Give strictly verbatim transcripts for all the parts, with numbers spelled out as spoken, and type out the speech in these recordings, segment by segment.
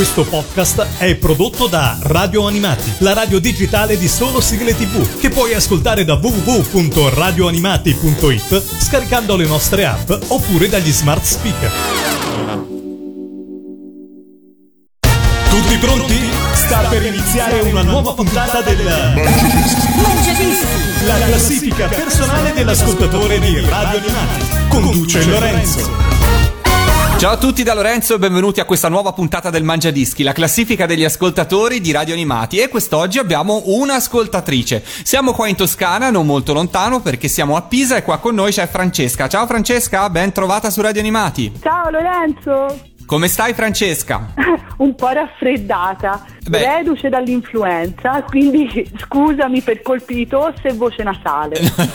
Questo podcast è prodotto da Radio Animati, la radio digitale di solo sigle tivù, che puoi ascoltare da w w w punto radio animati punto i t scaricando le nostre app oppure dagli smart speaker. Tutti pronti? Sta per iniziare una nuova puntata del Mangiadischi, la classifica personale dell'ascoltatore di Radio Animati. Conduce Lorenzo. Ciao a tutti da Lorenzo e benvenuti a questa nuova puntata del Mangiadischi, la classifica degli ascoltatori di Radio Animati, e quest'oggi abbiamo un'ascoltatrice. Siamo qua in Toscana, non molto lontano, perché siamo a Pisa e qua con noi c'è Francesca. Ciao Francesca, ben trovata su Radio Animati. Ciao Lorenzo. Come stai Francesca? Un po' raffreddata, Beh. reduce dall'influenza, quindi scusami per colpi di tosse e voce nasale.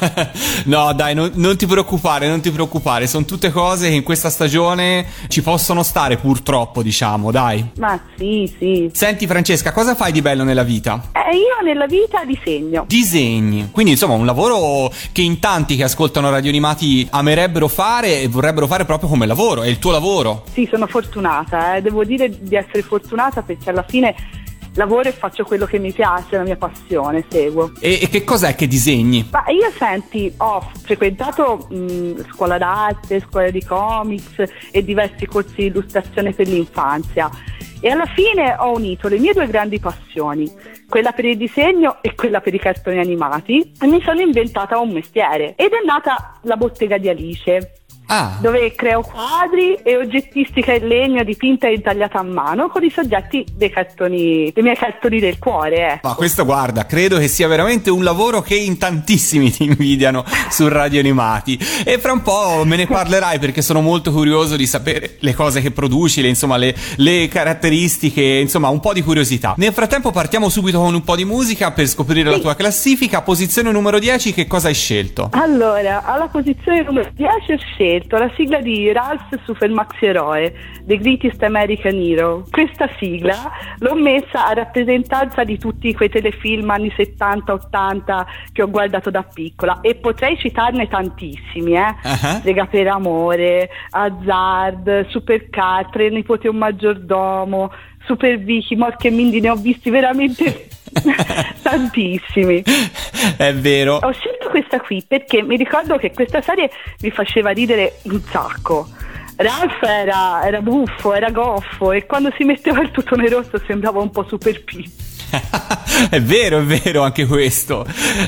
No dai, non, non ti preoccupare, non ti preoccupare, sono tutte cose che in questa stagione ci possono stare purtroppo, diciamo, dai. Ma sì, sì. Senti Francesca, cosa fai di bello nella vita? Eh, io nella vita disegno. Disegni, quindi insomma un lavoro che in tanti che ascoltano Radio Animati amerebbero fare e vorrebbero fare proprio come lavoro, è il tuo lavoro. Sì, sono fortunata, eh. Devo dire di essere fortunata perché alla fine lavoro e faccio quello che mi piace, la mia passione, seguo. E, e che cos'è che disegni? Ma io senti, ho frequentato mh, scuola d'arte, scuola di comics e diversi corsi di illustrazione per l'infanzia, e alla fine ho unito le mie due grandi passioni, quella per il disegno e quella per i cartoni animati, e mi sono inventata un mestiere ed è nata la bottega di Alice. Ah. Dove creo quadri e oggettistica in legno dipinta e intagliata a mano con i soggetti dei cartoni, dei miei cartoni del cuore, ecco. Ma questo, guarda, credo che sia veramente un lavoro che in tantissimi ti invidiano su Radio Animati, e fra un po' me ne parlerai perché sono molto curioso di sapere le cose che produci, le, insomma le, le caratteristiche, insomma un po' di curiosità. Nel frattempo partiamo subito con un po' di musica per scoprire sì. la tua classifica. Posizione numero dieci, che cosa hai scelto? Allora, alla posizione numero dieci ho scelto la sigla di Ralph Super Maxi Eroe, The Greatest American Hero. Questa sigla l'ho messa a rappresentanza di tutti quei telefilm anni settanta ottanta che ho guardato da piccola, e potrei citarne tantissimi, eh? Uh-huh. Lega per amore, Azzard, Supercar, Tre nipoti e un maggiordomo, Super Vicky, Mork e Mindy, ne ho visti veramente tantissimi. È vero. Ho scelto questa qui perché mi ricordo che questa serie mi faceva ridere un sacco. Ralph era, era buffo, era goffo, e quando si metteva il tutone rosso sembrava un po' Super P. È vero, è vero anche questo.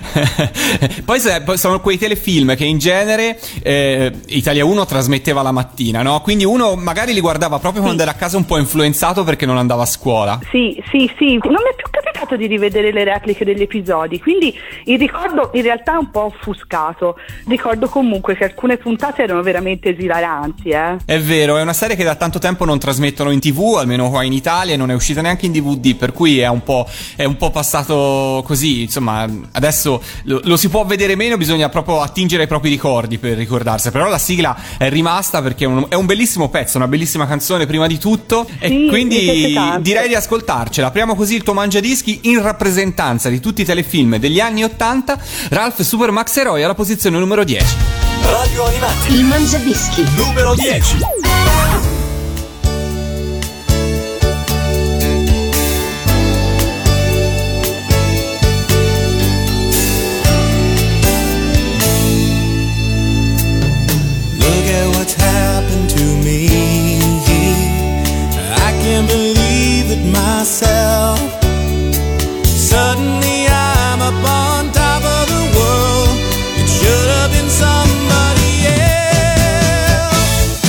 Poi sono quei telefilm che in genere eh, Italia uno trasmetteva la mattina, no? Quindi uno magari li guardava proprio quando sì. era a casa un po' influenzato perché non andava a scuola. Sì, sì, sì. Non mi è più capitato di rivedere le repliche degli episodi, quindi il ricordo in realtà è un po' offuscato. Ricordo comunque che alcune puntate erano veramente esilaranti, eh. È vero, è una serie che da tanto tempo non trasmettono in tv, almeno qua in Italia, e non è uscita neanche in D V D, per cui è un po' è un po' passato così, insomma. Adesso lo, lo si può vedere meno, bisogna proprio attingere ai propri ricordi per ricordarsi, però la sigla è rimasta perché è un, è un bellissimo pezzo, una bellissima canzone prima di tutto, sì, e quindi direi di ascoltarcela. Apriamo così il tuo Mangiadischi in rappresentanza di tutti i telefilm degli anni ottanta. Ralph Super Max Eroe alla posizione numero dieci. Radio Animati, il Mangiadischi numero dieci. Myself. Suddenly I'm up on top of the world. It should have been somebody else.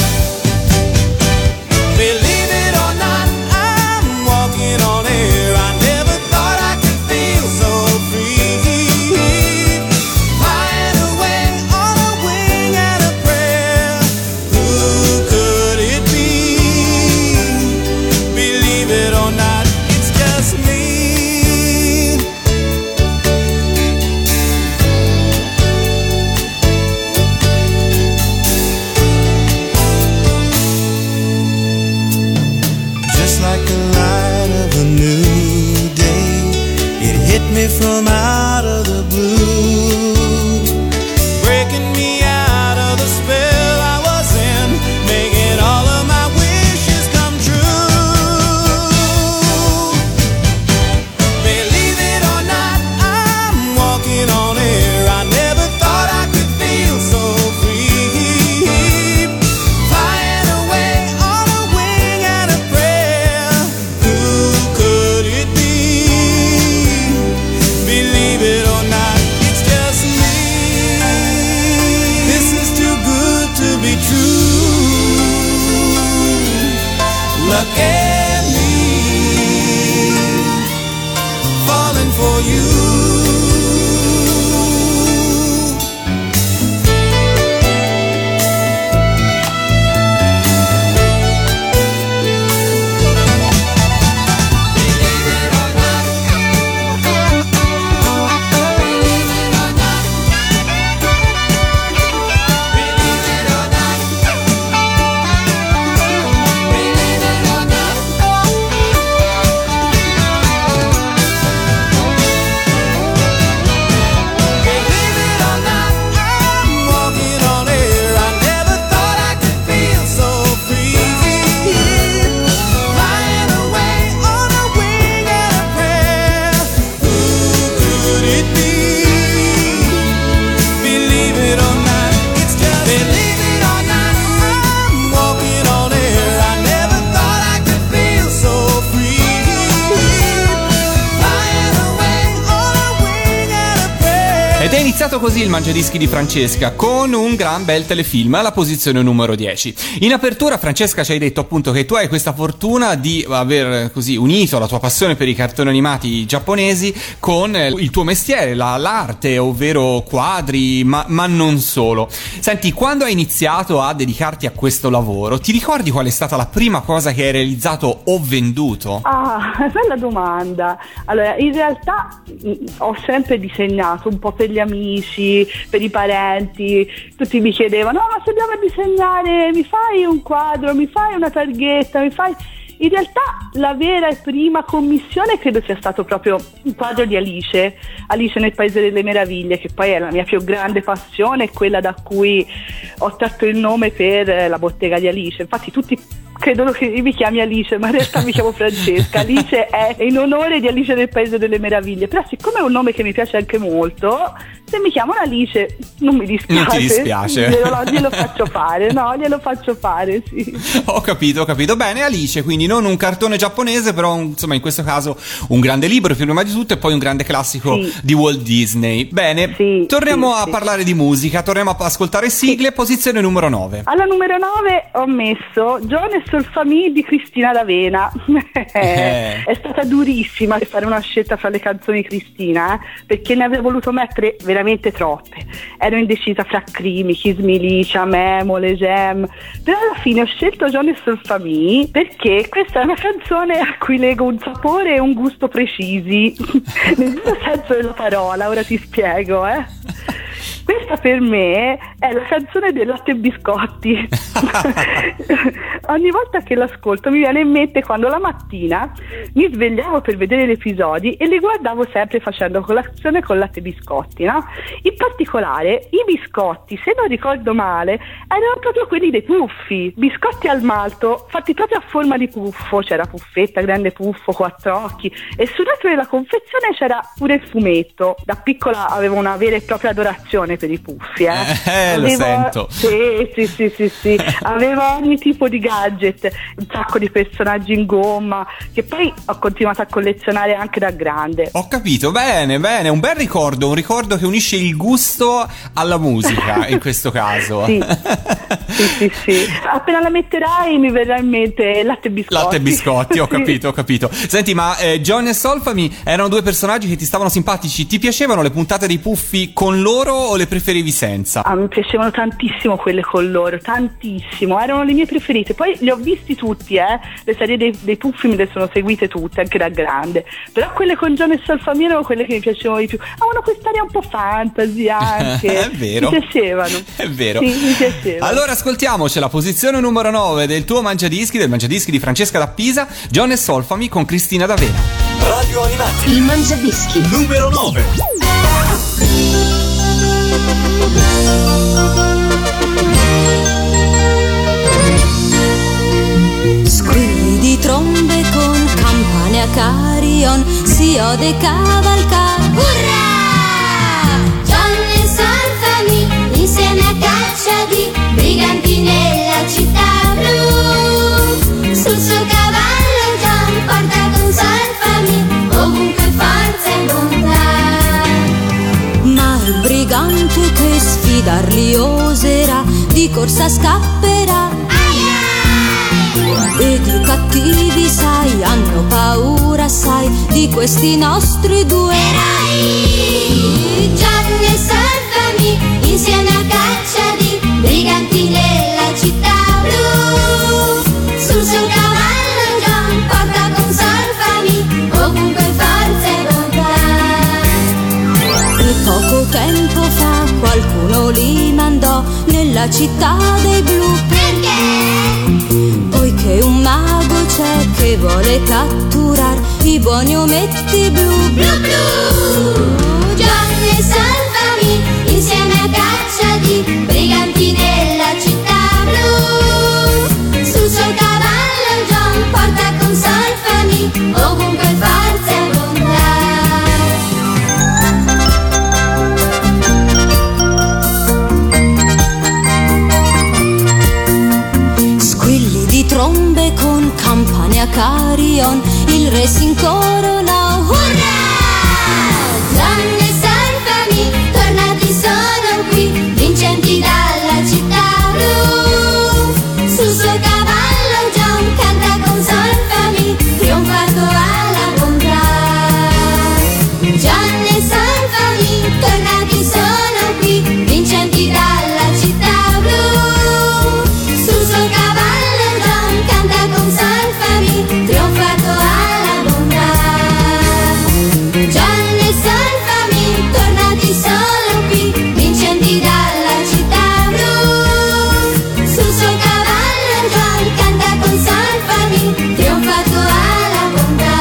Believe it or not, I'm walking on air. I never thought I could feel so free. Flying away on a wing and a prayer. Who could it be? Believe it or not, from out of the blue, breaking me out of the spell I was in, making all of my wishes come true. for you. Ed è iniziato così il Mangiadischi di Francesca, con un gran bel telefilm alla posizione numero dieci. In apertura, Francesca, ci hai detto appunto che tu hai questa fortuna di aver così unito la tua passione per i cartoni animati giapponesi con il tuo mestiere, la, l'arte, ovvero quadri, ma, ma non solo. Senti, quando hai iniziato a dedicarti a questo lavoro, ti ricordi qual è stata la prima cosa che hai realizzato o venduto? Ah, bella domanda. Allora, in realtà mh, ho sempre disegnato un po' per gli amici, per i parenti. Tutti mi chiedevano: no, ma se andiamo a disegnare, mi fai un quadro, mi fai una targhetta, mi fai... In realtà la vera e prima commissione credo sia stato proprio un quadro di Alice, Alice nel Paese delle Meraviglie, che poi è la mia più grande passione e quella da cui ho tratto il nome per la bottega di Alice. Infatti tutti credono che mi chiami Alice, ma in realtà mi chiamo Francesca. Alice è in onore di Alice nel Paese delle Meraviglie, però siccome è un nome che mi piace anche molto, se mi chiamano Alice non mi dispiace. Non ti dispiace? Glielo, glielo faccio fare, no, glielo faccio fare, sì. Ho capito, ho capito. Bene, Alice, quindi non un cartone giapponese, però insomma in questo caso un grande libro prima di tutto e poi un grande classico sì. di Walt Disney. Bene, sì, torniamo sì, a sì. parlare di musica, torniamo a ascoltare sigle, sì. Posizione numero nove. Alla numero nove ho messo John e Solfamì di Cristina D'Avena. Eh. È stata durissima fare una scelta fra le canzoni di Cristina, eh, perché ne avevo voluto mettere veramente troppe. Ero indecisa fra Crimi, Kiss Me Licia, Memo, Le Gem, però alla fine ho scelto John e Solfamì perché questa è una canzone a cui lego un sapore e un gusto precisi, nel vero senso della parola. Ora ti spiego, eh. Questa per me è la canzone del latte e biscotti. Ogni volta che l'ascolto mi viene in mente quando la mattina mi svegliavo per vedere gli episodi e li guardavo sempre facendo colazione con latte e biscotti, no? In particolare i biscotti, se non ricordo male, erano proprio quelli dei puffi, biscotti al malto fatti proprio a forma di puffo. C'era Puffetta, Grande Puffo, Quattro Occhi, e sul retro della confezione c'era pure il fumetto. Da piccola avevo una vera e propria adorazione per i puffi, eh, eh lo avevo, sento. sì sì sì sì sì avevo ogni tipo di gadget, un sacco di personaggi in gomma che poi ho continuato a collezionare anche da grande. Ho capito, bene bene, un bel ricordo, un ricordo che unisce il gusto alla musica in questo caso. Sì. sì sì sì appena la metterai mi verrà in mente latte e biscotti. Latte e biscotti, ho Sì. capito, ho capito. Senti, ma eh, John e Solfami erano due personaggi che ti stavano simpatici. Ti piacevano le puntate dei puffi con loro o le preferivi senza? Ah, mi piacevano tantissimo quelle con loro, tantissimo, erano le mie preferite. Poi li ho visti tutti, eh. Le serie dei, dei puffi me le sono seguite tutte, anche da grande. Però quelle con John e Solfami erano quelle che mi piacevano di più. Avevano quest'aria un po' fantasy anche. È vero. Mi piacevano. È vero. Sì, mi piacevano. Allora ascoltiamoci la posizione numero nove del tuo Mangiadischi, del Mangiadischi di Francesca da Pisa, John e Solfami con Cristina D'Avena. Radio Animati, Il Mangiadischi numero nove. Squilli di trombe con campane a carion, si ode cavalcar. Urrà! John e Solfami insieme a caccia di briganti nella città blu. Sul suo cavallo John porta con Solfami ovunque forza e bontà. Ma il brigante che sfidarli oserà, di corsa scapperà. Ed i cattivi, sai, hanno paura, sai, di di questi nostri due eroi. Gianni e Salvami insieme a caccia di briganti nella città blu. Sul suo cavallo John porta con Salvami ovunque forza e bontà. E poco tempo fa qualcuno li mandò nella città dei blu. Perché? Poiché un mago c'è che vuole catturar i buoni ometti blu. Blu blu. Gianni e Salvami insieme a caccia di briganti nella città blu. Sul suo cavallo John porta con Salvami ovunque forza e bontà. Squilli di trombe con campane a carion, il re si incoronò. Urrà! Gianni e Salvami tornati sono qui, vincenti dalla città blu. Sul suo cavallo John canta con Salvami, trionfato alla bontà. Gianni e Salvami tornati sono qui, vincenti dalla città blu. Sul suo cavallo John canta con Salvami, trionfato alla bontà. Gianni e Salvami tornati sono qui, vincenti dalla città blu. Sul suo cavallo John canta con Salvami, trionfato alla bontà.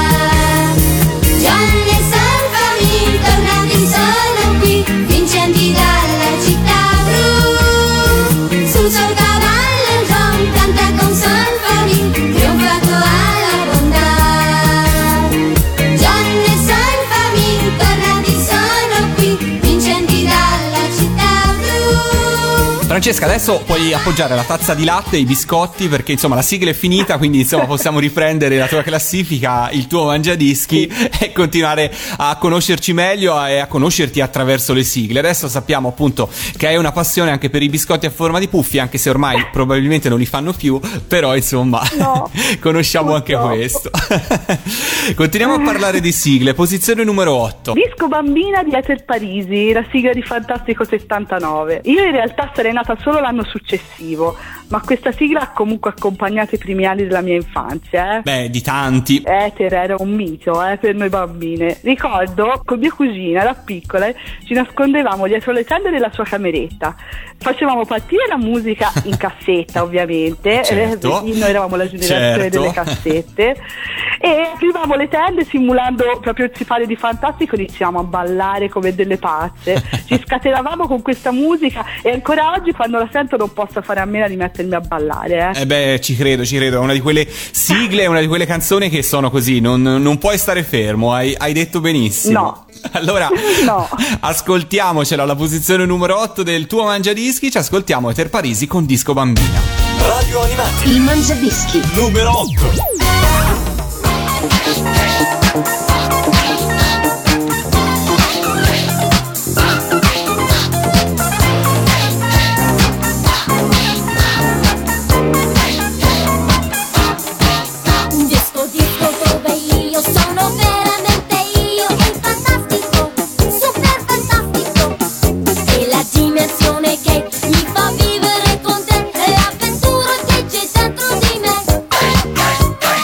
Gianni e Salvami tornati sono qui, vincenti dalla città blu. Sul suo cavallo John canta con Salvami, trionfato alla bontà. Gianni e Salvami tornati sono qui, vincenti dalla città blu. Francesca, adesso puoi appoggiare la tazza di latte e i biscotti, perché insomma la sigla è finita, quindi insomma possiamo riprendere la tua classifica, il tuo mangiadischi, e continuare a conoscerci meglio e a conoscerti attraverso le sigle. Adesso sappiamo appunto che hai una passione anche per i biscotti a forma di puffi, anche se ormai probabilmente non li fanno più, però insomma No, conosciamo anche purtroppo. questo. Continuiamo a parlare di sigle. Posizione numero otto. Disco Bambina di Eter Parisi, la sigla di Fantastico settantanove. Io in realtà sarei nata solo l'anno successivo, ma questa sigla ha comunque accompagnato i primi anni della mia infanzia. Eh. Beh, di tanti. Eter era un mito eh, per noi bambine. Ricordo con mia cugina da piccole ci nascondevamo dietro le tende della sua cameretta, facevamo partire la musica in cassetta ovviamente. Certo. Eh, noi eravamo la generazione Certo. delle cassette e aprivamo le tende simulando proprio il sipario di Fantastico, iniziamo a ballare come delle pazze, ci scatenavamo con questa musica e ancora oggi quando la sento non posso fare a meno di mettermi a ballare eh. Eh beh, ci credo, ci credo. È una di quelle sigle, è una di quelle canzoni che sono così, non, non puoi stare fermo, hai, hai detto benissimo. No. Allora, No. ascoltiamocela alla posizione numero otto del tuo mangiadischi, ci ascoltiamo Eter Parisi con Disco Bambina. Radio Animati Il mangiadischi. numero otto. Disco, disco dove io sono veramente io, il fantastico, super fantastico. E la dimensione che mi fa vivere con te, e l'avventura che c'è dentro di me.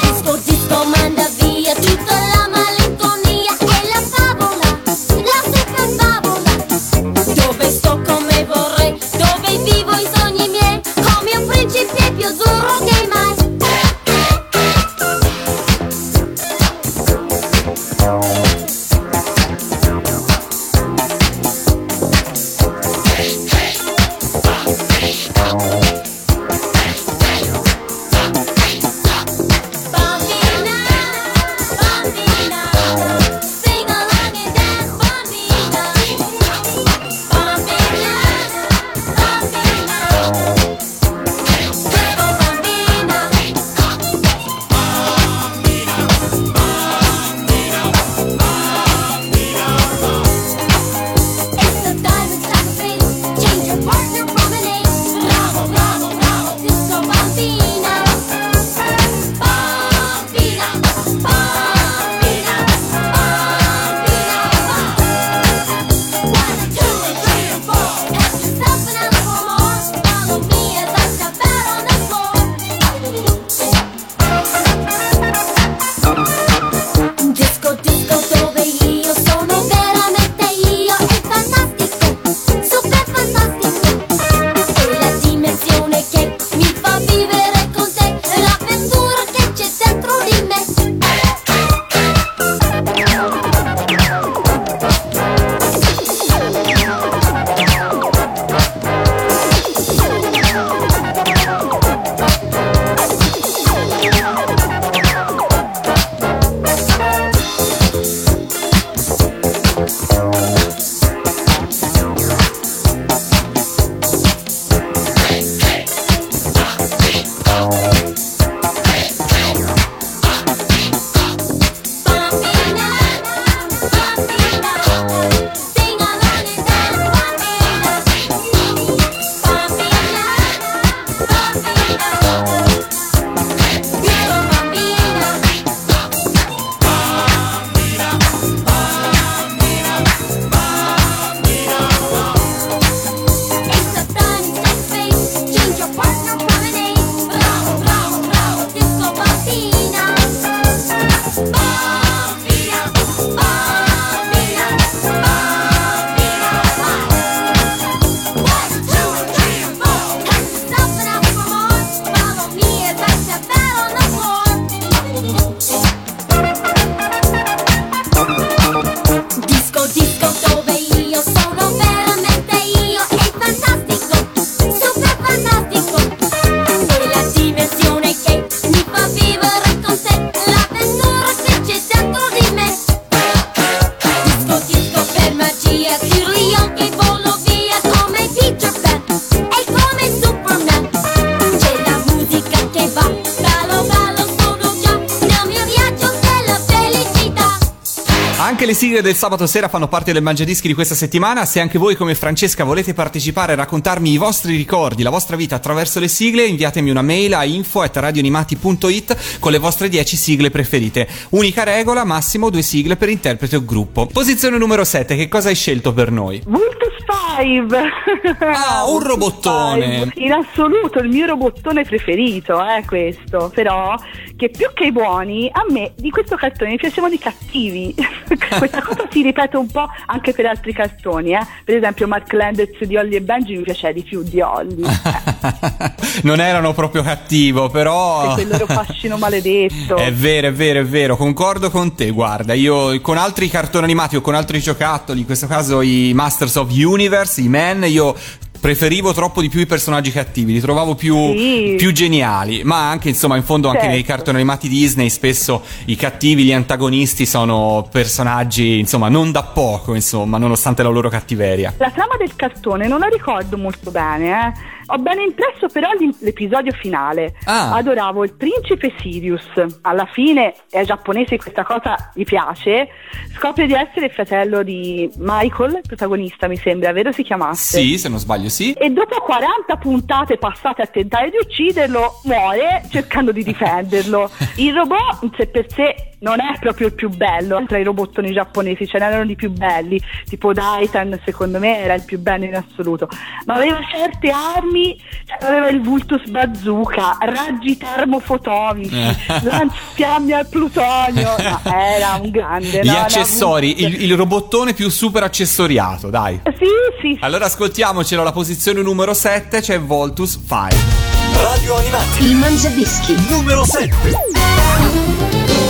Anche le sigle del sabato sera fanno parte del Mangiadischi di questa settimana. Se anche voi come Francesca volete partecipare e raccontarmi i vostri ricordi, la vostra vita attraverso le sigle, inviatemi una mail a info at radioanimati punto it con le vostre dieci sigle preferite. Unica regola, massimo due sigle per interprete o gruppo. Posizione numero sette, che cosa hai scelto per noi? Vultus Five. Ah, un Vultus robottone. Five. In assoluto il mio robottone preferito è questo, però che più che i buoni, a me di questo cartone mi piacevano i cattivi. Questa cosa si ripete un po' anche per altri cartoni, eh? Per esempio Mark Landers di Holly e Benji mi piaceva di più di Holly. Non erano proprio cattivo, però Quel loro fascino maledetto. è vero, è vero, è vero, concordo con te. Guarda, io con altri cartoni animati o con altri giocattoli, in questo caso i Masters of Universe, i Men, io preferivo troppo di più i personaggi cattivi, li trovavo più, Sì. più geniali, ma anche insomma in fondo anche Certo. nei cartoni animati Disney spesso i cattivi, gli antagonisti sono personaggi insomma non da poco, insomma, nonostante la loro cattiveria. La trama del cartone non la ricordo molto bene, eh. Ho ben impresso però l'im- l'episodio finale. Ah. Adoravo il principe Sirius. Alla fine è giapponese e questa cosa gli piace. Scopre di essere il fratello di Michael, il protagonista mi sembra, vero si chiamasse? Sì, se non sbaglio sì. E dopo quaranta puntate passate a tentare di ucciderlo, muore cercando di difenderlo. Il robot in sé per sé non è proprio il più bello tra i robottoni giapponesi, ce n'erano di più belli, tipo Daitan secondo me era il più bello in assoluto, ma aveva certe armi, cioè aveva il Vultus Bazooka, raggi termofotomici, lanciafiamme al plutonio, no, era un grande. Gli no, no, accessori, il, il robottone più super accessoriato, dai. Sì, sì, sì. Allora ascoltiamocelo, la posizione numero sette c'è Voltus cinque. Radio Animati Il Mangiadischi. numero sette.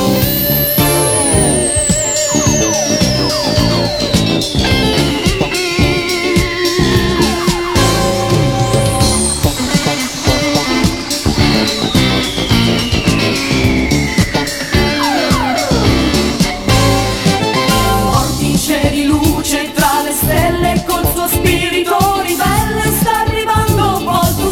Vortice di luce tra le stelle, col suo spirito ribelle sta arrivando Voltus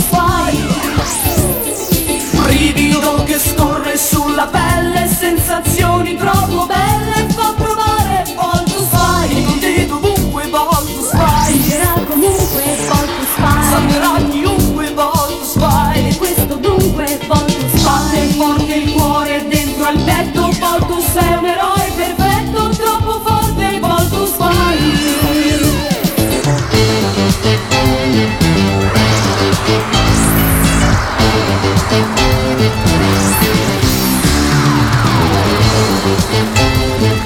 cinque. Brivido che scorre sulla pelle, sensazioni troppo belle, fa provare Voltus cinque. Con te dovunque Voltus cinque, Era comunque Voltus Five. salverà chiunque Voltus cinque. E questo dunque Voltus Batte Five. forte il cuore dentro al petto, Voltus è un eroe perfetto, troppo forte Voltus cinque.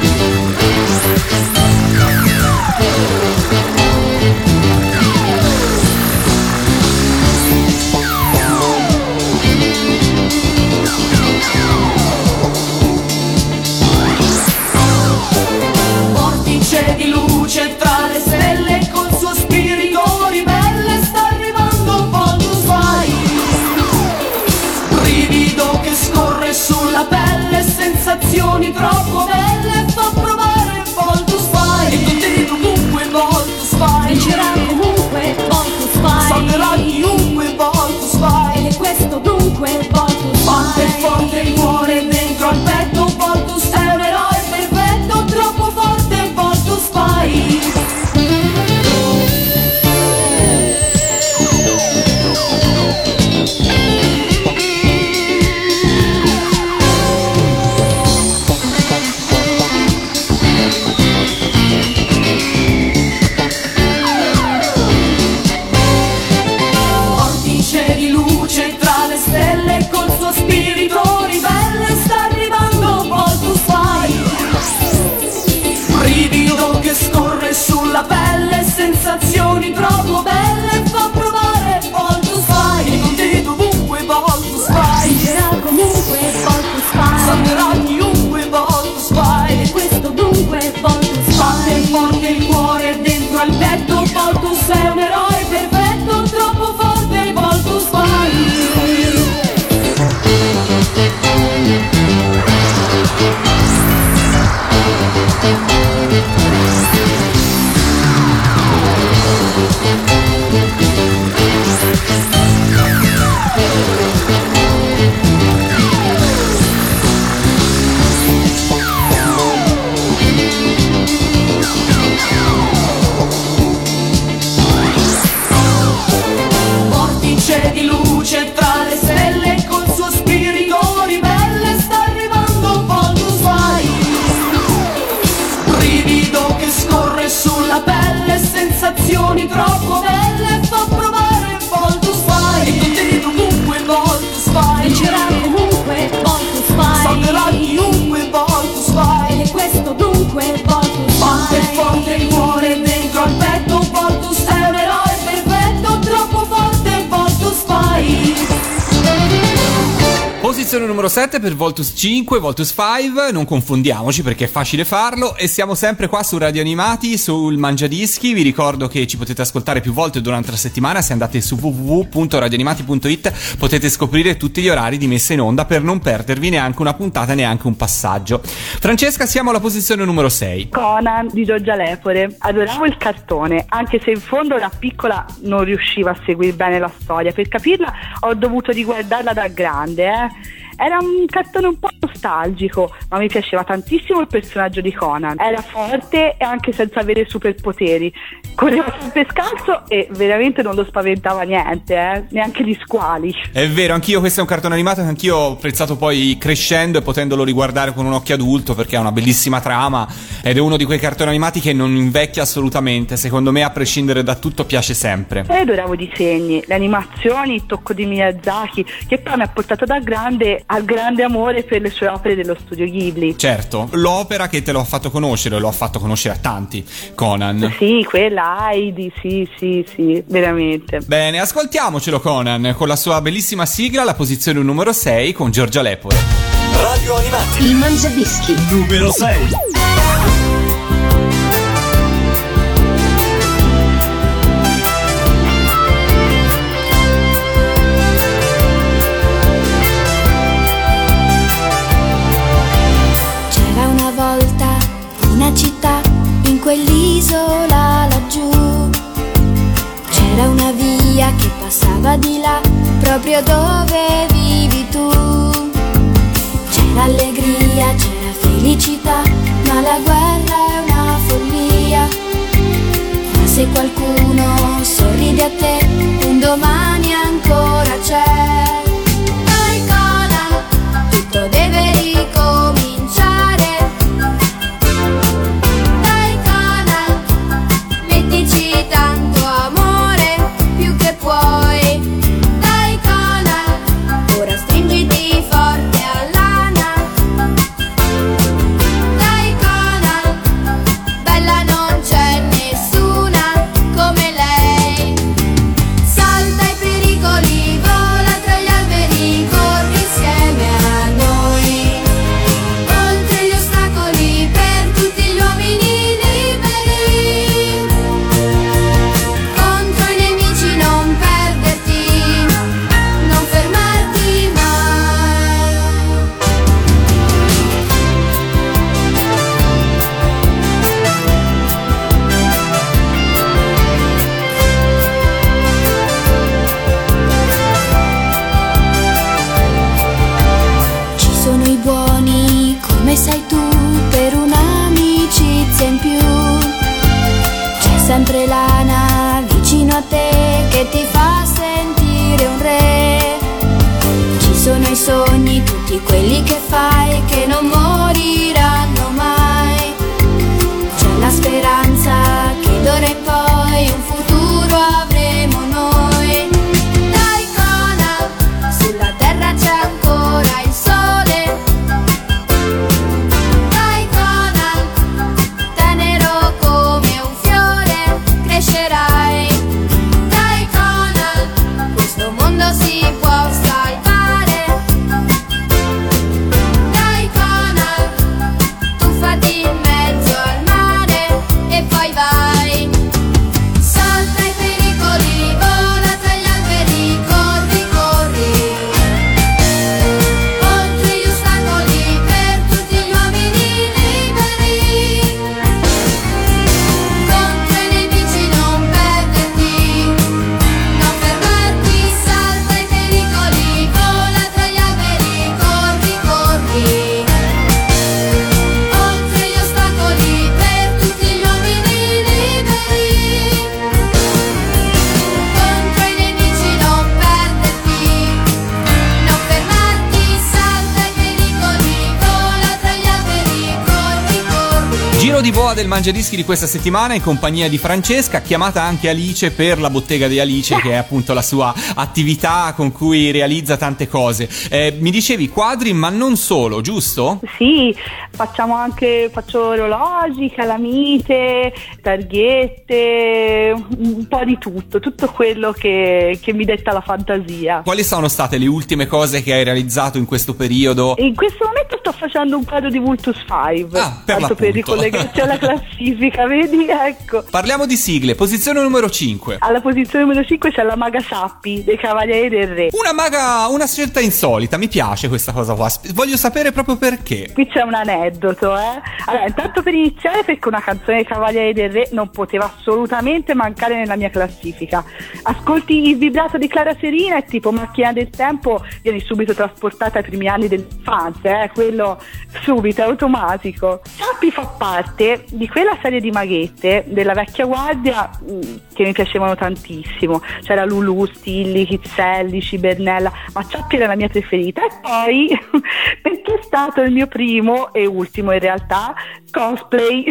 sensazioni troppo belle fa provare Voltus Fai. E con te dovunque Voltus Fai. Vincerà comunque Voltus Fai. Salverà chiunque Voltus Fai. E questo dunque Voltus Batte Fai. forte il cuore dentro al petto, Voltus è un eroe perfetto, troppo forte Voltus Fai. Posizione numero sette per Voltus cinque, Voltus cinque, non confondiamoci perché è facile farlo, e siamo sempre qua su Radio Animati, sul Mangiadischi. Vi ricordo che ci potete ascoltare più volte durante la settimana. Se andate su w w w punto radio animati punto i t potete scoprire tutti gli orari di messa in onda per non perdervi neanche una puntata, neanche un passaggio. Francesca, siamo alla posizione numero sei. Conan di Giorgia Lepore. Adoravo il cartone, anche se in fondo da piccola non riuscivo a seguire bene la storia. Per capirla ho dovuto riguardarla da grande, eh. Era un cartone un po' nostalgico, ma mi piaceva tantissimo il personaggio di Conan. Era forte e anche senza avere superpoteri. Correva sempre scalzo e veramente non lo spaventava niente, eh? Neanche gli squali. È vero, anch'io, questo è un cartone animato che anch'io ho apprezzato poi crescendo e potendolo riguardare con un occhio adulto, perché ha una bellissima trama ed è uno di quei cartoni animati che non invecchia assolutamente. Secondo me, a prescindere da tutto, piace sempre. E adoravo i disegni, le animazioni, il tocco di Miyazaki, che poi mi ha portato da grande al grande amore per le sue opere dello studio Ghibli. Certo, l'opera che te l'ho fatto conoscere, lo ha fatto conoscere a tanti, Conan. Sì, quella Heidi, sì, sì, sì, veramente. Bene, ascoltiamocelo Conan con la sua bellissima sigla, la posizione numero sei con Giorgia Lepore. Radio Animati. Il Mangiadischi. Numero sei. C'era una volta una città in quell'isola laggiù. C'era una via che passava di là, proprio dove vivi tu. C'era allegria, c'era felicità, ma la guerra è una follia. Ma se qualcuno sorride a te, un domani ancora c'è. Dai Conan, tutto deve ricominciare. Dai Conan, mettici tanto amore, più che puoi. Dai Conan, ora stringiti forte all'ana. Dai Conan, bella non c'è nessuna come lei. Salta i pericoli, vola tra gli alberi, corri insieme a noi. Oltre gli ostacoli per tutti gli uomini liberi. Contro i nemici non perderti, non fermarti mai. Ci sono i buoni, come sai tu, per un'amicizia in più. C'è sempre l'ana vicino a te che ti fa sentire un re. Ci sono i sogni, tutti quelli che fai, che non moriranno mai. C'è la speranza che d'ora in poi un futuro avremo noi. Dai Conan, sulla terra c'è ancora il sole. Dai Conan, tenero come un fiore, crescerai. Dai Conan, questo mondo si può salvare. Dai Conan, Giro di boa del Mangiadischi di questa settimana in compagnia di Francesca, chiamata anche Alice per la bottega di Alice, che è appunto la sua attività con cui realizza tante cose. Eh, mi dicevi quadri, ma non solo, giusto? Sì, facciamo anche, faccio orologi, calamite, targhette, un po' di tutto, tutto quello che, che mi detta la fantasia. Quali sono state le ultime cose che hai realizzato in questo periodo? In questo momento sto facendo un quadro di Vultus cinque, Ah, per tanto per l'appunto. ricollegarci alla classifica, vedi? Ecco. Parliamo di sigle, posizione numero cinque. Alla posizione numero cinque c'è la Maga Ciappi dei Cavalieri del Re. Una maga, una scelta insolita, mi piace questa cosa qua, Sp- voglio sapere proprio perché. Qui c'è un aneddoto, eh. Allora, intanto per iniziare, perché una canzone dei Cavalieri del Re non poteva assolutamente mancare nella mia classifica. Ascolti il vibrato di Clara Serina e tipo macchina del tempo vieni subito trasportata ai primi anni dell'infanzia, eh. Quello subito, è automatico. Ciappi fa parte di quella serie di maghette della vecchia guardia mh, che mi piacevano tantissimo. C'era Lulu, Stilli, Chizzelli, Cibernella, ma Ciappi era la mia preferita. E poi perché è stato il mio primo e ultimo in realtà cosplay.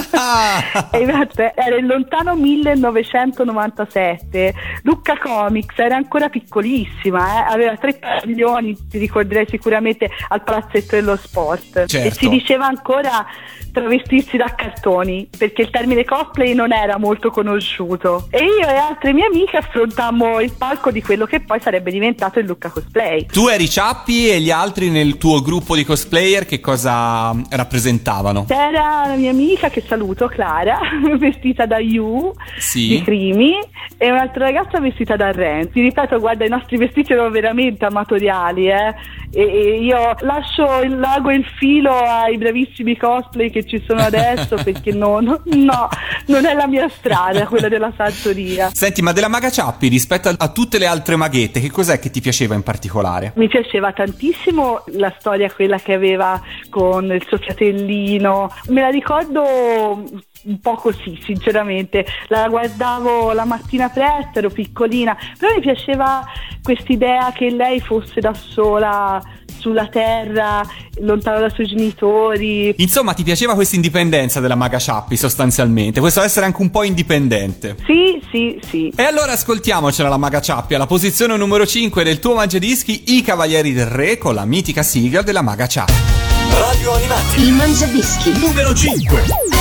Ah. E invece era il lontano millenovecentonovantasette. Lucca Comics era ancora piccolissima, eh? Aveva tre padiglioni, ti ricorderai sicuramente, al palazzetto dello sport. Certo. E si diceva ancora travestirsi da cartoni, perché il termine cosplay non era molto conosciuto. E io e altre mie amiche affrontammo il palco di quello che poi sarebbe diventato il Lucca Cosplay. Tu eri Ciappi e gli altri nel tuo gruppo di cosplayer che cosa rappresentavano? C'era la mia amica, che saluto, Clara, vestita da Yu Sì. di Crimi, e un'altra ragazza vestita da Ren. Ti ripeto, guarda, i nostri vestiti erano veramente amatoriali, eh? E, e io lascio il lago e il filo ai bravissimi cosplay che ci sono adesso, perché no, no, no, non è la mia strada quella della sartoria. Senti, ma della maga Ciappi rispetto a, a tutte le altre maghette, che cos'è che ti piaceva in particolare? Mi piaceva tantissimo la storia, quella che aveva con il suo fratellino. Me la ricordo un po' così, sinceramente. La guardavo la mattina presto, ero piccolina, però mi piaceva quest'idea che lei fosse da sola sulla terra, lontano dai suoi genitori. Insomma, ti piaceva questa indipendenza della maga Ciappi sostanzialmente, questo essere anche un po' indipendente. Sì, sì, sì. E allora ascoltiamocela la maga Ciappi alla posizione numero cinque del tuo Mangiadischi, I Cavalieri del Re, con la mitica sigla della maga Ciappi. Radio Animati. Il Mangiadischi Numero cinque.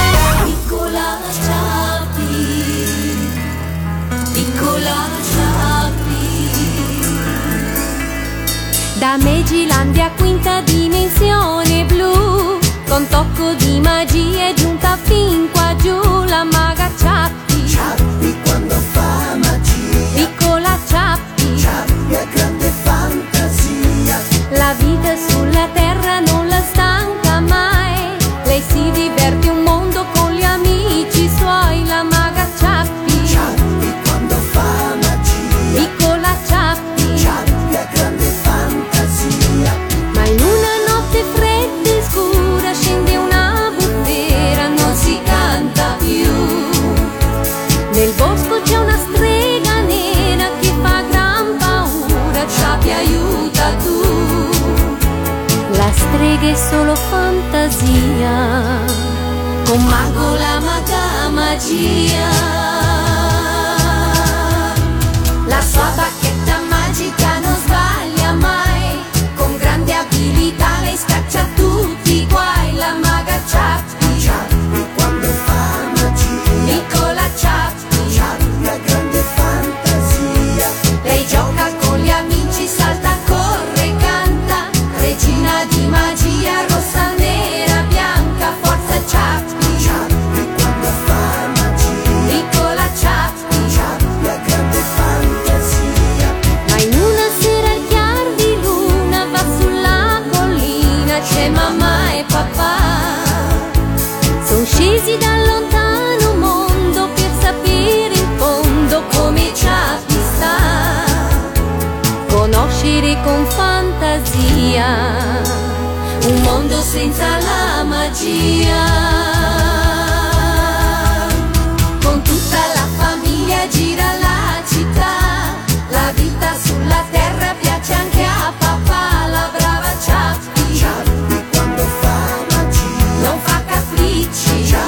Piccola Ciappi, piccola Ciappi, da Megilandia quinta dimensione blu, con tocco di magia è giunta fin qua giù la maga Ciappi. Ciappi quando fa magia, Piccola Ciappi, Ciappi ha grande fantasia. la vita sulla terra non la stanca mai, lei si diverte un mondo con gli amici suoi, la maga Ciappi. Ciappi quando fa magia, Piccola Ciappi, Ciappi ha grande fantasia. ma in una notte fredda e scura scende una bufera, non si canta più. Nel bosco c'è una strega nera che fa gran paura, Ciappi aiuta tu. La strega è solo fantasia, con mago la maga magia. La sua bacchetta magica non sbaglia mai, con grande abilità lei scaccia tutti i guai, la maga Ciappi. Ciappi quando fa magia, Piccola Ciappi, Ciappi ha grande fantasia. lei gioca con gli amici, salta, corre, canta, regina di magia, rossa, nera, bianca, forza Ciappi. Ciappi quando fa magia, Piccola Ciappi, Ciappi ha grande fantasia. ma in una sera al chiar di luna va sulla collina, c'è mamma e papà. Son scesi dal lontano mondo per sapere in fondo come Ciappi sta, conoscere con fantasia un mondo senza la magia. Con tutta la famiglia gira la città, la vita sulla terra piace anche a papà, la brava Ciappi. Ciappi quando fa magia, Non fa capricci,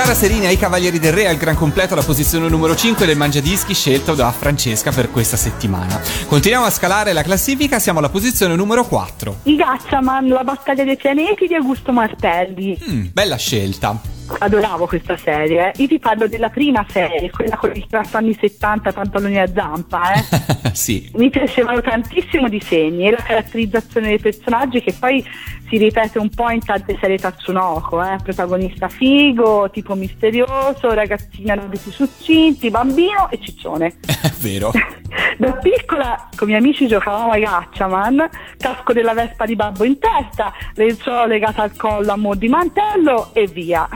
Chiara Serini ai Cavalieri del Re al gran completo alla posizione numero cinque del Mangiadischi scelto da Francesca per questa settimana. Continuiamo a scalare la classifica, siamo alla posizione numero quattro. I Gatchaman, la battaglia dei pianeti di Augusto Martelli. Mm, bella scelta. Adoravo questa serie. Io ti parlo della prima serie, quella con il tratto anni settanta, pantaloni a zampa, eh. Sì. Mi piacevano tantissimo i disegni e la caratterizzazione dei personaggi, che poi si ripete un po' in tante serie Tatsunoko, eh. Protagonista figo, tipo misterioso, ragazzina abiti succinti, bambino e ciccione. È vero. Da piccola con i miei amici giocavamo ai Gatchaman, casco della Vespa di babbo in testa, lenzuolo legata al collo a mo' di mantello e via.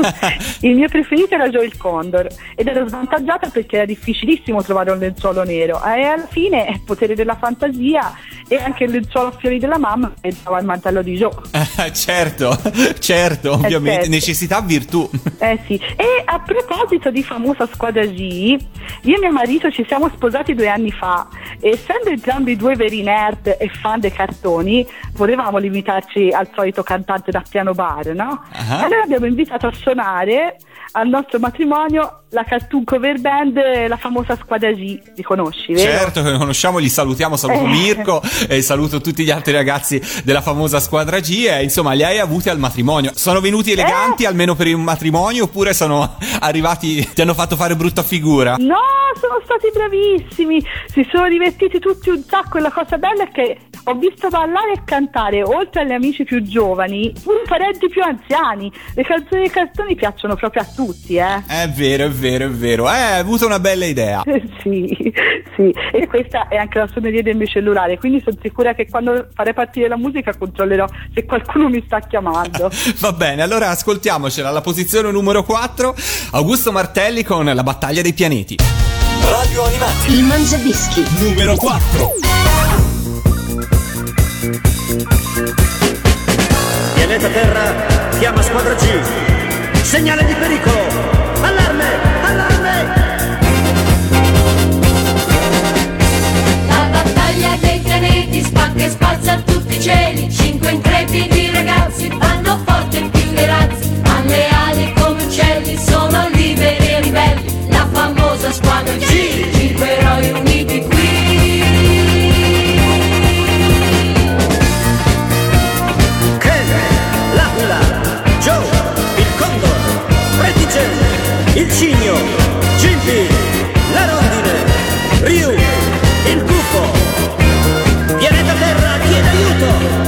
Il mio preferito era Joe il Condor ed ero svantaggiata perché era difficilissimo trovare un lenzuolo nero, e alla fine è potere della fantasia, e anche il lenzuolo a fiori della mamma e dava il mantello di Joe. certo, certo, ovviamente, certo. Necessità virtù. Eh sì. E a proposito di famosa squadra G, io e mio marito ci siamo sposati due anni fa e essendo entrambi due veri nerd e fan dei cartoni, volevamo limitarci al solito cantante da piano bar, no? Uh-huh. E allora abbiamo invitato a suonare al nostro matrimonio la cartoon cover band, la famosa squadra G. Li conosci, vero? Certo che li conosciamo, li salutiamo, saluto Eh. Mirko e saluto tutti gli altri ragazzi della famosa squadra G, e insomma li hai avuti al matrimonio. Sono venuti eleganti Eh. almeno per il matrimonio, oppure sono arrivati, ti hanno fatto fare brutta figura? No, sono stati bravissimi, si sono divertiti tutti un sacco, e la cosa bella è che ho visto ballare e cantare, oltre agli amici più giovani, pure i parenti più anziani. Le canzoni dei cartoni piacciono proprio a tutti, eh. È vero, è vero, è vero. Eh, hai avuto una bella idea. Sì, sì, e questa è anche la suoneria del mio cellulare, quindi sono sicura che quando farei partire la musica controllerò se qualcuno mi sta chiamando. Va bene, allora ascoltiamocela. Alla posizione numero quattro, Augusto Martelli con La battaglia dei pianeti. Radio Animati Il Mangiadischi. numero quattro. Pianeta Terra chiama squadra G. Segnale di pericolo. Allarme! Allarme! La battaglia dei pianeti spacca e spazza tutti i cieli. Cinque intrepidi ragazzi vanno forte più dei razzi. Alle ali come uccelli, sono liberi e ribelli. La famosa squadra G, cinque eroi uniti qui. Ken, l'Aquila, Joe, il Condor, Reticen, il Cigno, Gimpy, la Rondine, Ryu, il Gufo. Pianeta Terra chiede aiuto.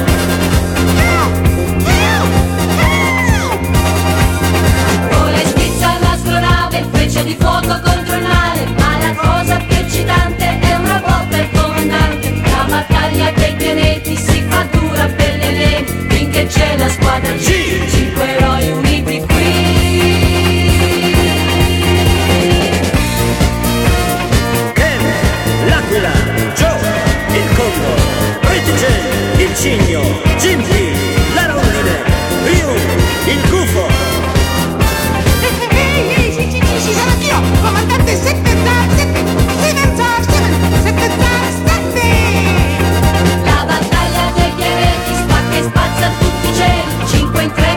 Vola e spizza l'astronave, freccia di fuoco contro il mare. Ma la cosa più eccitante è una volta il comandante. La battaglia dei pianeti si fa dura per le lenti, finché c'è la squadra G, cinque eroi uniti qui. Ken, l'Aquila, Joe, il Condor, Reticen, il Cigno, Gimpy, la Rondine, Ryu, il Gufo. Ehi, ehi, sì, sì, sì, sì, sono anch'io, comandante sette zero sette, sette zero sette, sette zero sette. La battaglia dei pianeti spacca e spazza tutti i cieli. Cinque in tre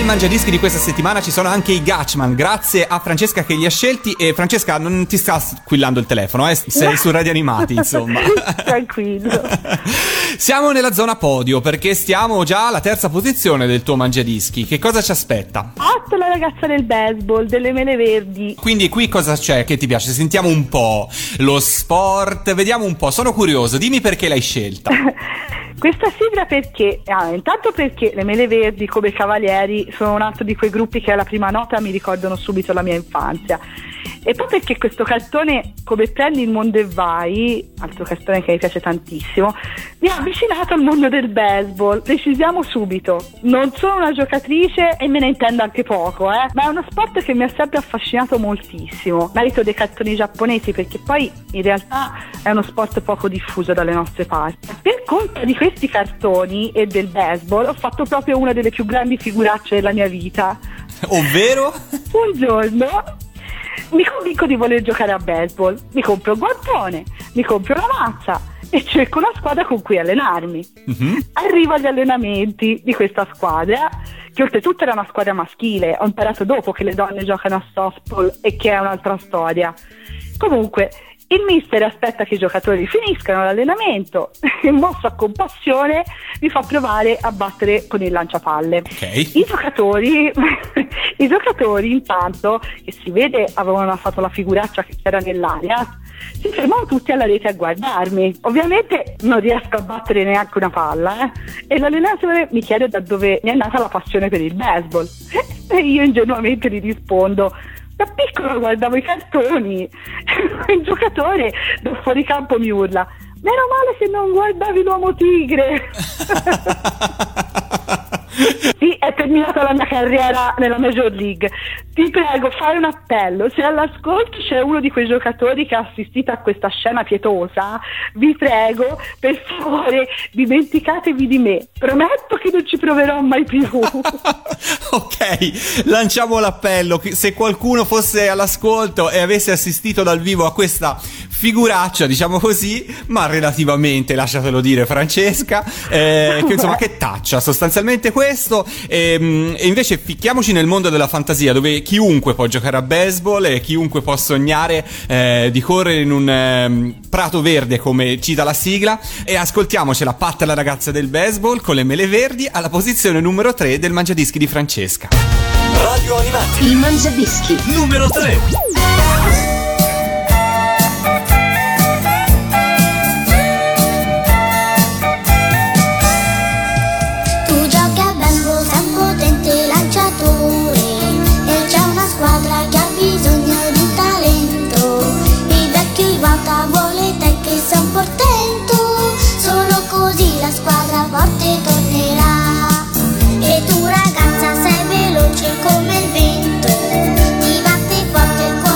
Mangiadischi di questa settimana ci sono anche i Gatchman, grazie a Francesca che li ha scelti. E Francesca, non ti sta squillando il telefono, eh? Sei su Radio Animati, insomma. Tranquillo. Siamo nella zona podio perché stiamo già alla terza posizione del tuo Mangiadischi. Che cosa ci aspetta? Otto, la ragazza del baseball, delle mele verdi. Quindi qui cosa c'è che ti piace? Sentiamo un po' lo sport, vediamo un po', sono curioso, dimmi perché l'hai scelta. Questa sigla perché? Ah, intanto perché le Mele Verdi come Cavalieri sono un altro di quei gruppi che alla prima nota mi ricordano subito la mia infanzia. E poi perché questo cartone, come Prendi il mondo e vai, altro cartone che mi piace tantissimo, mi ha avvicinato al mondo del baseball. Precisiamo subito, non sono una giocatrice e me ne intendo anche poco, eh, ma è uno sport che mi ha sempre affascinato moltissimo, merito dei cartoni giapponesi, perché poi in realtà è uno sport poco diffuso dalle nostre parti. Per conto di questi cartoni e del baseball ho fatto proprio una delle più grandi figuracce della mia vita. Ovvero? Un giorno mi convinco di voler giocare a baseball, mi compro un guantone, mi compro una mazza e cerco una squadra con cui allenarmi. Mm-hmm. Arrivo agli allenamenti di questa squadra, che oltretutto era una squadra maschile. Ho imparato dopo che le donne giocano a softball e che è un'altra storia. Comunque il mister aspetta che i giocatori finiscano l'allenamento e, mosso a compassione, mi fa provare a battere con il lanciapalle. Okay. I giocatori i giocatori intanto, che si vede avevano fatto la figuraccia che c'era nell'aria, si fermano tutti alla rete a guardarmi. Ovviamente non riesco a battere neanche una palla, eh? E l'allenatore mi chiede da dove mi è nata la passione per il baseball e io ingenuamente gli rispondo: da piccolo guardavo i cartoni. Il giocatore da fuori campo mi urla: meno male che non guardavi l'uomo tigre. Sì, è terminata la mia carriera nella Major League. Ti prego, fai un appello. Se all'ascolto c'è uno di quei giocatori che ha assistito a questa scena pietosa, vi prego, per favore, dimenticatevi di me. Prometto che non ci proverò mai più. Ok, lanciamo l'appello. Se qualcuno fosse all'ascolto e avesse assistito dal vivo a questa figuraccia, diciamo così, ma relativamente, lasciatelo dire Francesca, eh, che insomma che taccia sostanzialmente questo. E, e invece ficchiamoci nel mondo della fantasia, dove chiunque può giocare a baseball e chiunque può sognare eh, di correre in un eh, prato verde, come cita la sigla. E ascoltiamocela, Pat, la ragazza del baseball, con le Mele Verdi, alla posizione numero tre del Mangiadischi di Francesca. Radio Animati, il Mangiadischi numero tre. Son portento, solo così la squadra forte tornerà. E tu ragazza sei veloce come il vento, ti batte forte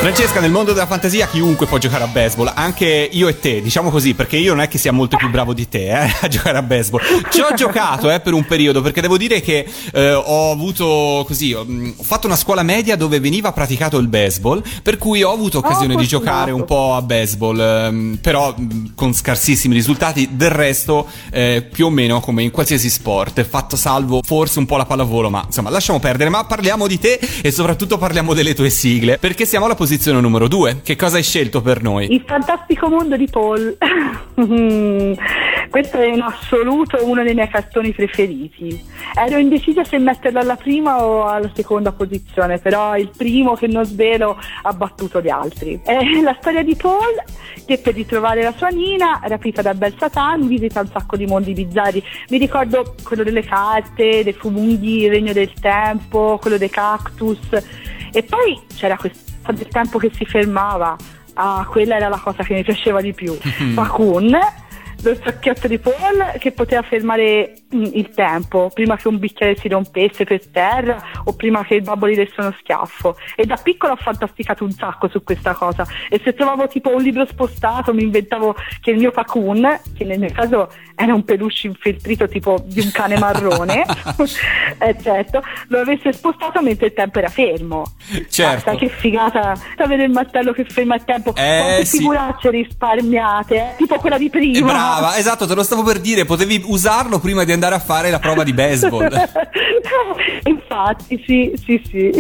Francesca, nel mondo della fantasia chiunque può giocare a baseball, anche io e te, diciamo così, perché io non è che sia molto più bravo di te eh, a giocare a baseball. Ci ho giocato eh, per un periodo, perché devo dire che eh, ho avuto così, ho, ho fatto una scuola media dove veniva praticato il baseball, per cui ho avuto occasione Oh, di giocare un po' a baseball, ehm, però mh, con scarsissimi risultati. Del resto eh, più o meno come in qualsiasi sport, fatto salvo forse un po' la pallavolo, ma insomma lasciamo perdere. Ma parliamo di te e soprattutto parliamo delle tue sigle, perché siamo alla posizione numero due. Che cosa hai scelto per noi? Il fantastico mondo di Paul. Questo è in assoluto uno dei miei cartoni preferiti. Ero indecisa se metterlo alla prima o alla seconda posizione, però il primo, che non svelo, ha battuto gli altri. È la storia di Paul che, per ritrovare la sua Nina rapita da Bel Satan, visita un sacco di mondi bizzarri. Mi ricordo quello delle carte, dei funghi, il regno del tempo, quello dei cactus, e poi c'era questo del tempo che si fermava. Ah, quella era la cosa che mi piaceva di più. Bakun, lo specchietto di Paul che poteva fermare mm, il tempo prima che un bicchiere si rompesse per terra o prima che il babbo gli desse uno schiaffo. E da piccola ho fantasticato un sacco su questa cosa, e se trovavo tipo un libro spostato mi inventavo che il mio Bakun, che nel mio caso era un peluche infiltrito tipo di un cane marrone eh, certo, lo avesse spostato mentre il tempo era fermo. Certo. Ah, sai che figata avere il martello che ferma il tempo. Eh, Quante sì. figuracce risparmiate, eh? Tipo quella di Eh, prima. brava, esatto, te lo stavo per dire, potevi usarlo prima di andare a fare la prova di baseball. Infatti, sì, sì, sì.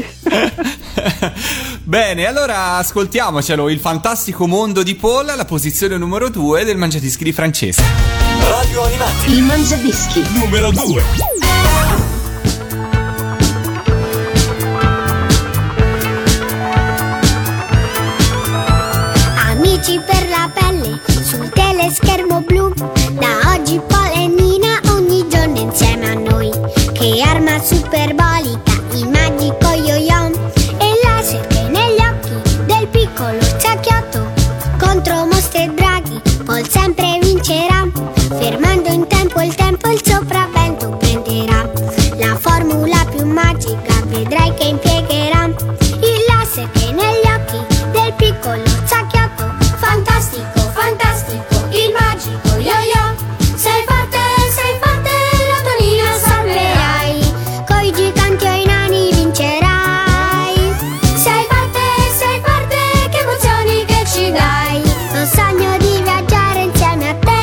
Bene, allora ascoltiamocelo, il fantastico mondo di Paul, alla posizione numero due del Mangiadischi di Francesca. Radio Animati. Il Mangiadischi numero due. Amici per la pelle sul teleschermo blu. Da oggi Paul e Nina ogni giorno insieme a noi. Che arma superbolica, il magico yo-yo e il laser che negli occhi del piccolo Zacchiotto. Contro mostri e draghi Paul sempre vincerà, fermando in tempo il tempo, il sopravvento prenderà. La formula più magica vedrai che impiegherà, il laser che negli occhi del piccolo Zacchiotto. Fantastico, fantastico, il magico yo-yo. Sei forte, sei forte, la tua Nina salverai. Coi giganti o i nani vincerai. Sei forte, sei forte, che emozioni che ci dai. Ho sogno di viaggiare insieme a te.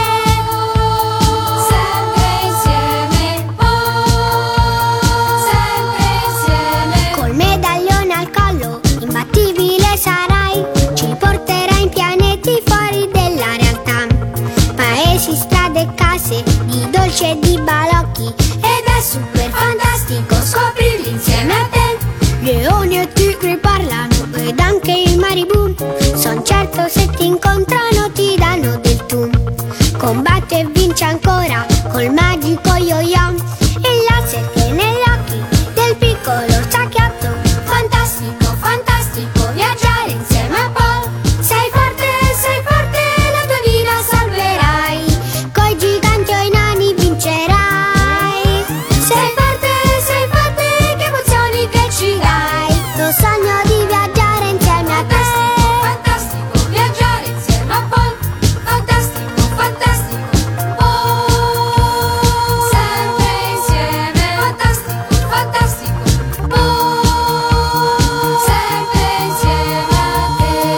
Sempre insieme, oh, sempre insieme. Col medaglione al collo, imbattibile sarai. Ci porterai in pianeti fuori della realtà. Paesi, strade e case, di dolci e di balocchi. Ed è super fantastico scoprirli insieme a te. Leoni e tigri parlano ed anche il maribù. Son certo se ti incontrano ti danno del tu. Combatte e vince ancora col magico yo-yo e il laser che negli occhi del piccolo Zacchiotto. Fantastico, fantastico viaggiare insieme a Paul. Sei forte, sei forte, la tua Nina salverai. Coi giganti o i nani vincerai. Sei forte, sei forte, che emozioni che ci dai. Lo sogno di viaggiare insieme a te. Fantastico, viaggiare insieme a Paul. Fantastico, fantastico, oh, sempre insieme. Fantastico, fantastico, oh, sempre insieme a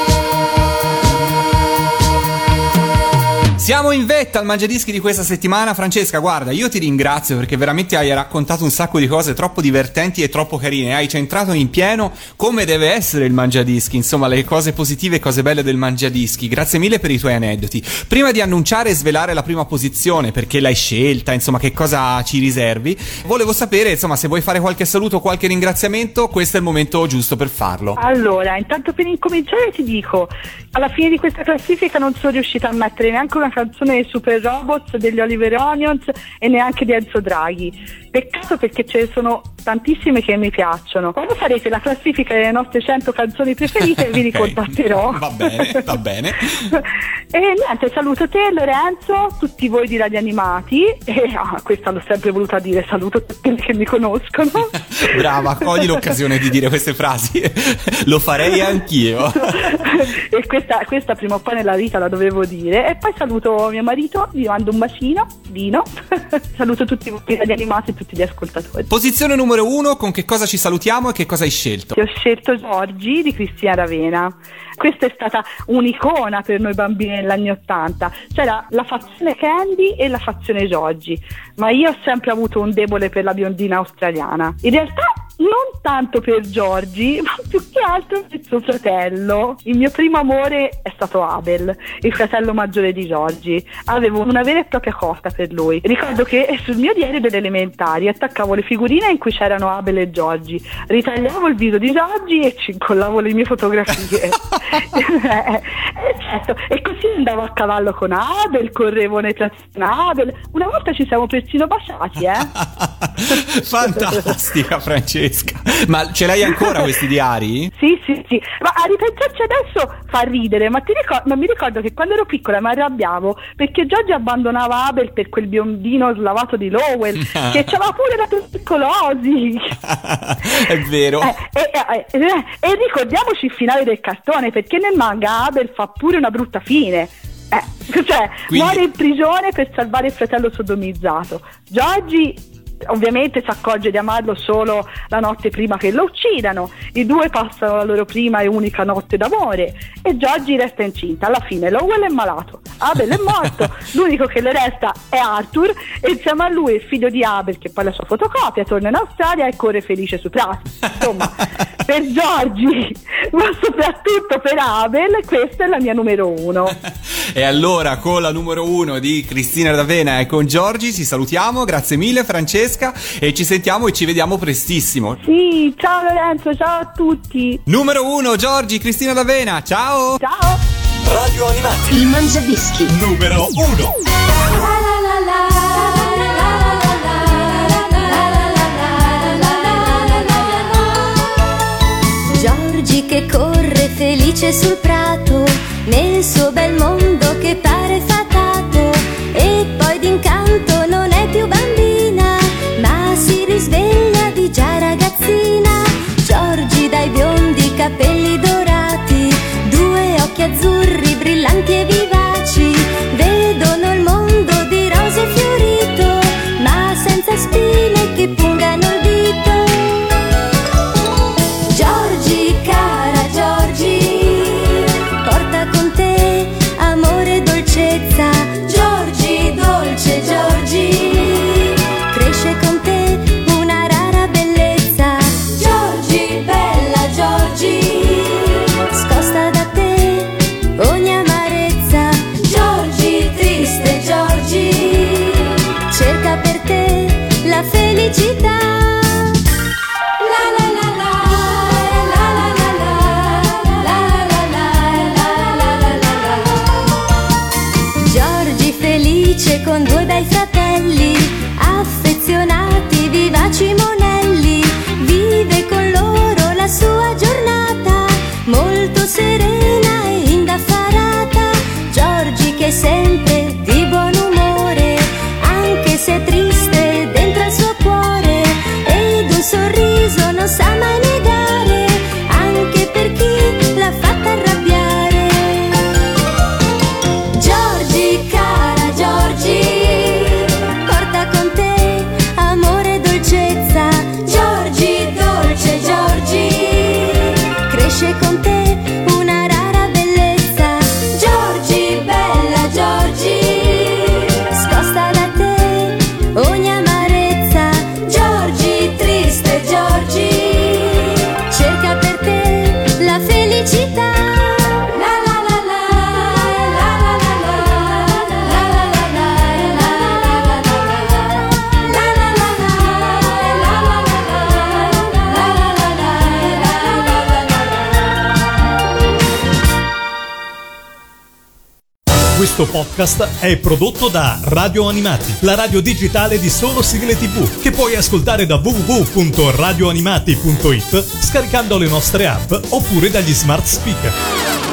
te. Siamo in vetta al Mangiadischi di questa settimana. Francesca, guarda, io ti ringrazio perché veramente hai raccontato un sacco di cose troppo divertenti e troppo carine. Hai centrato in pieno come deve essere il Mangiadischi, insomma, le cose positive e cose belle del Mangiadischi. Grazie mille per i tuoi aneddoti. Prima di annunciare e svelare la prima posizione, perché l'hai scelta, insomma, che cosa ci riservi, volevo sapere, insomma, se vuoi fare qualche saluto o qualche ringraziamento, questo è il momento giusto per farlo. Allora, intanto per incominciare ti dico, alla fine di questa classifica non sono riuscita a mettere neanche una canzone dei Super Robots, degli Oliver Onions e neanche di Enzo Draghi. Peccato, perché ce ne sono tantissime che mi piacciono. Quando farete la classifica delle nostre cento canzoni preferite vi ricontatterò. Va bene, va bene. E niente, saluto te Lorenzo, tutti voi di Radio Animati e ah, questa l'ho sempre voluta dire, saluto tutti quelli che mi conoscono. Brava, cogli l'occasione di dire queste frasi. Lo farei anch'io. E questa, questa prima o poi nella vita la dovevo dire. E poi saluto mio marito, gli mando un bacino, Dino. Saluto tutti voi di Radio Animati e tutti gli ascoltatori. Posizione numero uno, con che cosa ci salutiamo e che cosa hai scelto? Ho scelto Giorgi di Cristina D'Avena. Questa è stata un'icona per noi bambini negli anni Ottanta. C'era la fazione Candy e la fazione Giorgi, ma io ho sempre avuto un debole per la biondina australiana. In realtà non tanto per Giorgi, ma più che altro per suo fratello. Il mio primo amore è stato Abel, il fratello maggiore di Giorgi. Avevo una vera e propria cotta per lui. Ricordo che sul mio diario delle elementari attaccavo le figurine in cui c'erano Abel e Giorgi, ritagliavo il viso di Giorgi e ci incollavo le mie fotografie. eh, certo. E così andavo a cavallo con Abel, correvo nei tratti con Abel. Una volta ci siamo persino baciati, eh? Fantastica, Francesca. Ma ce l'hai ancora questi diari? Sì, sì, sì. Ma a ripensarci adesso fa ridere, ma, ti ricor- ma mi ricordo che quando ero piccola mi arrabbiavo perché Giorgi abbandonava Abel per quel biondino slavato di Lowell che c'aveva pure la tubercolosi. È vero. Eh, e, e, e, e ricordiamoci il finale del cartone, perché nel manga Abel fa pure una brutta fine. Eh, cioè, Quindi... muore in prigione per salvare il fratello sodomizzato. Giorgi ovviamente si accorge di amarlo solo la notte prima che lo uccidano. I due passano la loro prima e unica notte d'amore e Giorgi resta incinta. Alla fine Lowell è malato, Abel è morto, l'unico che le resta è Arthur e insieme a lui il figlio di Abel, che poi è la sua fotocopia, torna in Australia e corre felice su prati. Insomma, per Giorgi, ma soprattutto per Abel, questa è la mia numero uno. E allora con la numero uno di Cristina D'Avena e con Giorgi ci salutiamo. Grazie mille Francesca, e ci sentiamo e ci vediamo prestissimo. Sì, ciao Lorenzo, ciao a tutti. Numero uno Giorgi, Cristina D'Avena, ciao. Ciao. Radio Animati. Il Mangiadischi. Numero uno. Giorgi che corre felice sul prato, nel suo bel mondo che pare fatato, e poi d'incanto non è più bambina, ma si risveglia di già ragazzina. Giorgi dai biondi capelli dorati, due occhi azzurri brillanti e vivaci, vedono il mondo di rose fiorito, ma senza spine che pungano il dito. Giorgi, cara Giorgi, porta con te amore e dolcezza. Giorgi, dolce Giorgi, Questo podcast è prodotto da Radio Animati, la radio digitale di solo sigle tivù, che puoi ascoltare da w w w punto radio animati punto it scaricando le nostre app oppure dagli smart speaker.